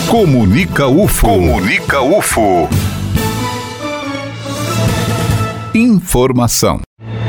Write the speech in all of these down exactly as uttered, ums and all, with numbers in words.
Comunica U F O. Comunica U F O. Informação.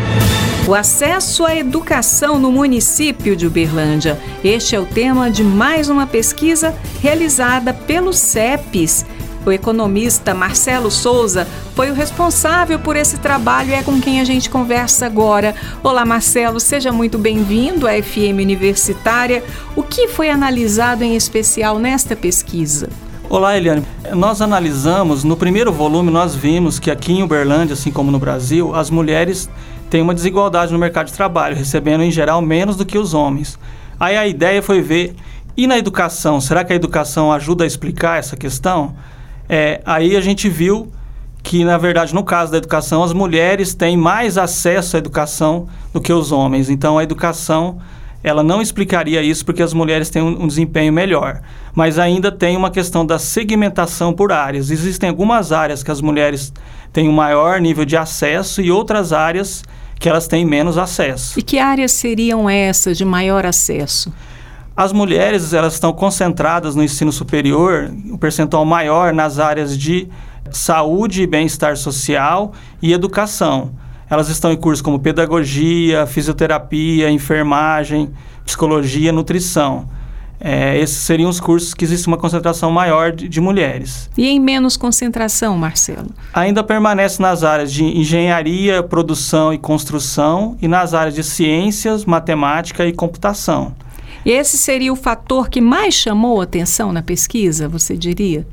O acesso à educação no município de Uberlândia. Este é o tema de mais uma pesquisa realizada pelo CEPES. O economista Marcelo Souza foi o responsável por esse trabalho e é com quem a gente conversa agora. Olá, Marcelo, seja muito bem-vindo à F M Universitária. O que foi analisado em especial nesta pesquisa? Olá, Eliane. Nós analisamos, no primeiro volume, nós vimos que aqui em Uberlândia, assim como no Brasil, as mulheres têm uma desigualdade no mercado de trabalho, recebendo, em geral, menos do que os homens. Aí a ideia foi ver, e na educação, será que a educação ajuda a explicar essa questão? É, aí a gente viu que, na verdade, no caso da educação, as mulheres têm mais acesso à educação do que os homens. Então, a educação, ela não explicaria isso porque as mulheres têm um, um desempenho melhor. Mas ainda tem uma questão da segmentação por áreas. Existem algumas áreas que as mulheres têm um maior nível de acesso e outras áreas que elas têm menos acesso. E que áreas seriam essas de maior acesso? As mulheres, elas estão concentradas no ensino superior, um percentual maior nas áreas de saúde e bem-estar social e educação. Elas estão em cursos como pedagogia, fisioterapia, enfermagem, psicologia, nutrição. É, esses seriam os cursos que existe uma concentração maior de, de mulheres. E em menos concentração, Marcelo? Ainda permanece nas áreas de engenharia, produção e construção e nas áreas de ciências, matemática e computação. E esse seria o fator que mais chamou a atenção na pesquisa, você diria?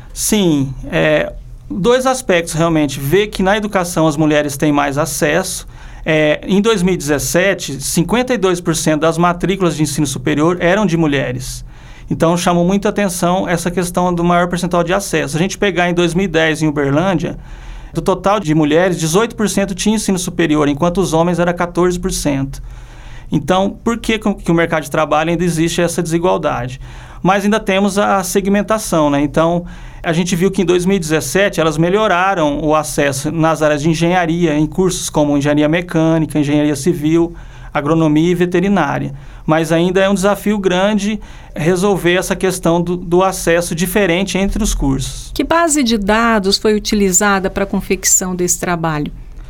Sim, é, dois aspectos realmente. Ver que na educação as mulheres têm mais acesso. É, em dois mil e dezessete, cinquenta e dois por cento das matrículas de ensino superior eram de mulheres. Então chamou muita atenção essa questão do maior percentual de acesso. Se a gente pegar em dois mil e dez em Uberlândia, do total de mulheres, dezoito por cento tinha ensino superior, enquanto os homens era quatorze por cento. Então, por que, que o mercado de trabalho ainda existe essa desigualdade? Mas ainda temos a segmentação, né? Então, a gente viu que em dois mil e dezessete elas melhoraram o acesso nas áreas de engenharia, em cursos como engenharia mecânica, engenharia civil, agronomia e veterinária. Mas ainda é um desafio grande resolver essa questão do, do acesso diferente entre os cursos. Que base de dados foi utilizada para a confecção desse trabalho?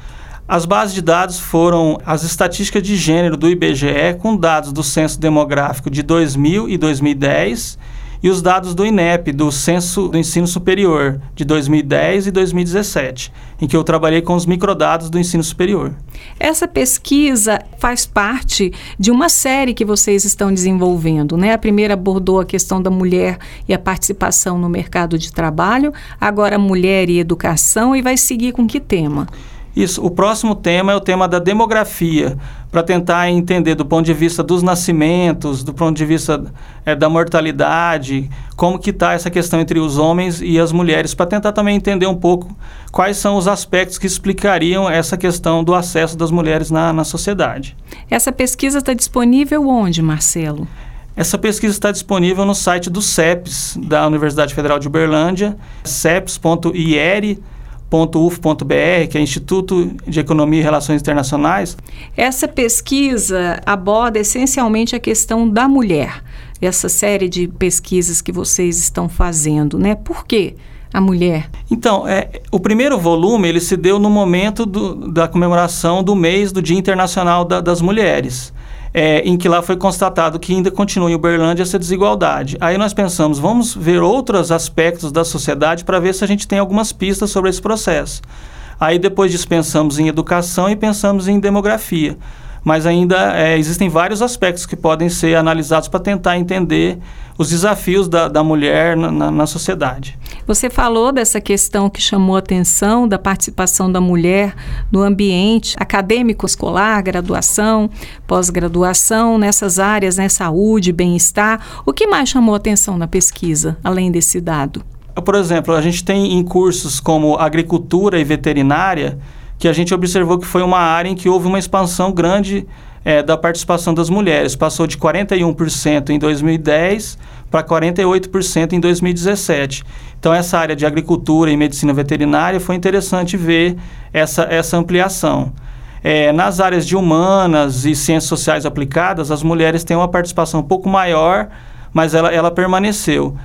As bases de dados foram as estatísticas de gênero do I B G E com dados do Censo Demográfico de dois mil e dois mil e dez e os dados do INEP, do Censo do Ensino Superior, de dois mil e dez e dois mil e dezessete, em que eu trabalhei com os microdados do ensino superior. Essa pesquisa faz parte de uma série que vocês estão desenvolvendo, né? A primeira abordou a questão da mulher e a participação no mercado de trabalho, agora mulher e educação, e vai seguir com que tema? Isso, o próximo tema é o tema da demografia, para tentar entender do ponto de vista dos nascimentos, do ponto de vista é, da mortalidade, como que está essa questão entre os homens e as mulheres, para tentar também entender um pouco quais são os aspectos que explicariam essa questão do acesso das mulheres na, na sociedade. Essa pesquisa está disponível onde, Marcelo? Essa pesquisa está disponível no site do CEPES, da Universidade Federal de Uberlândia, cepes ponto i r ponto u f ponto b r, que é Instituto de Economia e Relações Internacionais. Essa pesquisa aborda essencialmente a questão da mulher, essa série de pesquisas que vocês estão fazendo, né? Por quê a mulher? Então, é, o primeiro volume ele se deu no momento do, da comemoração do mês do Dia Internacional da, das Mulheres. É, em que lá foi constatado que ainda continua em Uberlândia essa desigualdade. Aí nós pensamos, vamos ver outros aspectos da sociedade para ver se a gente tem algumas pistas sobre esse processo. Aí depois disso pensamos em educação e pensamos em demografia. Mas ainda é, existem vários aspectos que podem ser analisados para tentar entender os desafios da, da mulher na, na, na sociedade. Você falou dessa questão que chamou a atenção, da participação da mulher no ambiente acadêmico escolar, graduação, pós-graduação, nessas áreas, né, saúde, bem-estar. O que mais chamou a atenção na pesquisa, além desse dado? Por exemplo, a gente tem em cursos como agricultura e veterinária, que a gente observou que foi uma área em que houve uma expansão grande é, da participação das mulheres. Passou de quarenta e um por cento em dois mil e dez para quarenta e oito por cento em dois mil e dezessete. Então, essa área de agricultura e medicina veterinária foi interessante ver essa, essa ampliação. É, nas áreas de humanas e ciências sociais aplicadas, as mulheres têm uma participação um pouco maior, mas ela, ela permaneceu.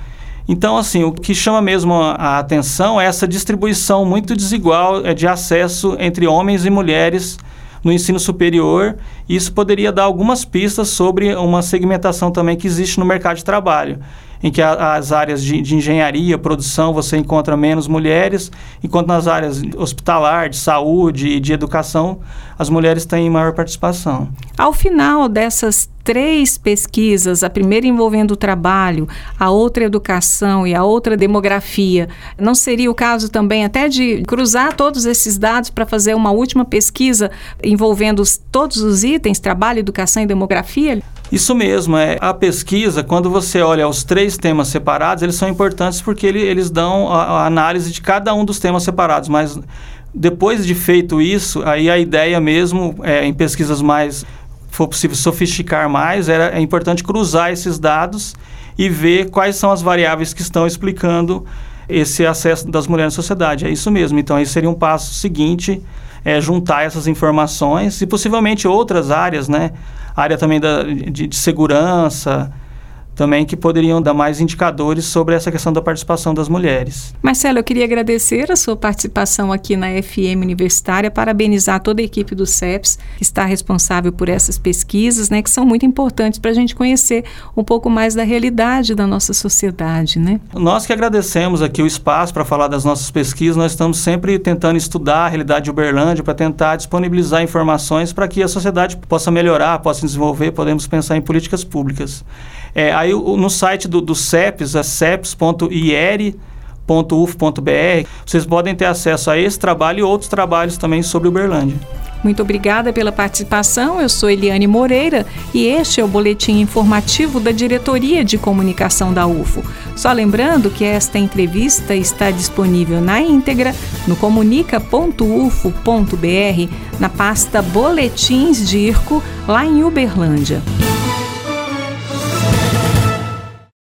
Então, assim, o que chama mesmo a atenção é essa distribuição muito desigual de acesso entre homens e mulheres no ensino superior. Isso poderia dar algumas pistas sobre uma segmentação também que existe no mercado de trabalho, em que a, as áreas de, de engenharia, produção, você encontra menos mulheres, enquanto nas áreas hospitalar, de saúde e de educação, as mulheres têm maior participação. Ao final dessas três pesquisas, a primeira envolvendo o trabalho, a outra educação e a outra demografia, não seria o caso também até de cruzar todos esses dados para fazer uma última pesquisa envolvendo os, todos os itens, trabalho, educação e demografia? Isso mesmo, é, a pesquisa, quando você olha os três temas separados, eles são importantes porque ele, eles dão a, a análise de cada um dos temas separados, mas depois de feito isso, aí a ideia mesmo, é, em pesquisas mais, for possível sofisticar mais, era, é importante cruzar esses dados e ver quais são as variáveis que estão explicando esse acesso das mulheres na sociedade. É isso mesmo, então aí seria um passo seguinte, é, juntar essas informações e possivelmente outras áreas, né? Área também da, de, de segurança, também que poderiam dar mais indicadores sobre essa questão da participação das mulheres. Marcelo, eu queria agradecer a sua participação aqui na F M Universitária, parabenizar toda a equipe do CEPS, que está responsável por essas pesquisas, né, que são muito importantes para a gente conhecer um pouco mais da realidade da nossa sociedade, né? Nós que agradecemos aqui o espaço para falar das nossas pesquisas, nós estamos sempre tentando estudar a realidade de Uberlândia para tentar disponibilizar informações para que a sociedade possa melhorar, possa se desenvolver, podemos pensar em políticas públicas. É, aí no site do, do CEPS, é ceps ponto i r ponto u f ponto b r, vocês podem ter acesso a esse trabalho e outros trabalhos também sobre Uberlândia. Muito obrigada pela participação. Eu sou Eliane Moreira e este é o boletim informativo da Diretoria de Comunicação da U F O. Só lembrando que esta entrevista está disponível na íntegra no comunica ponto u f o ponto b r, na pasta Boletins D I R C O, lá em Uberlândia.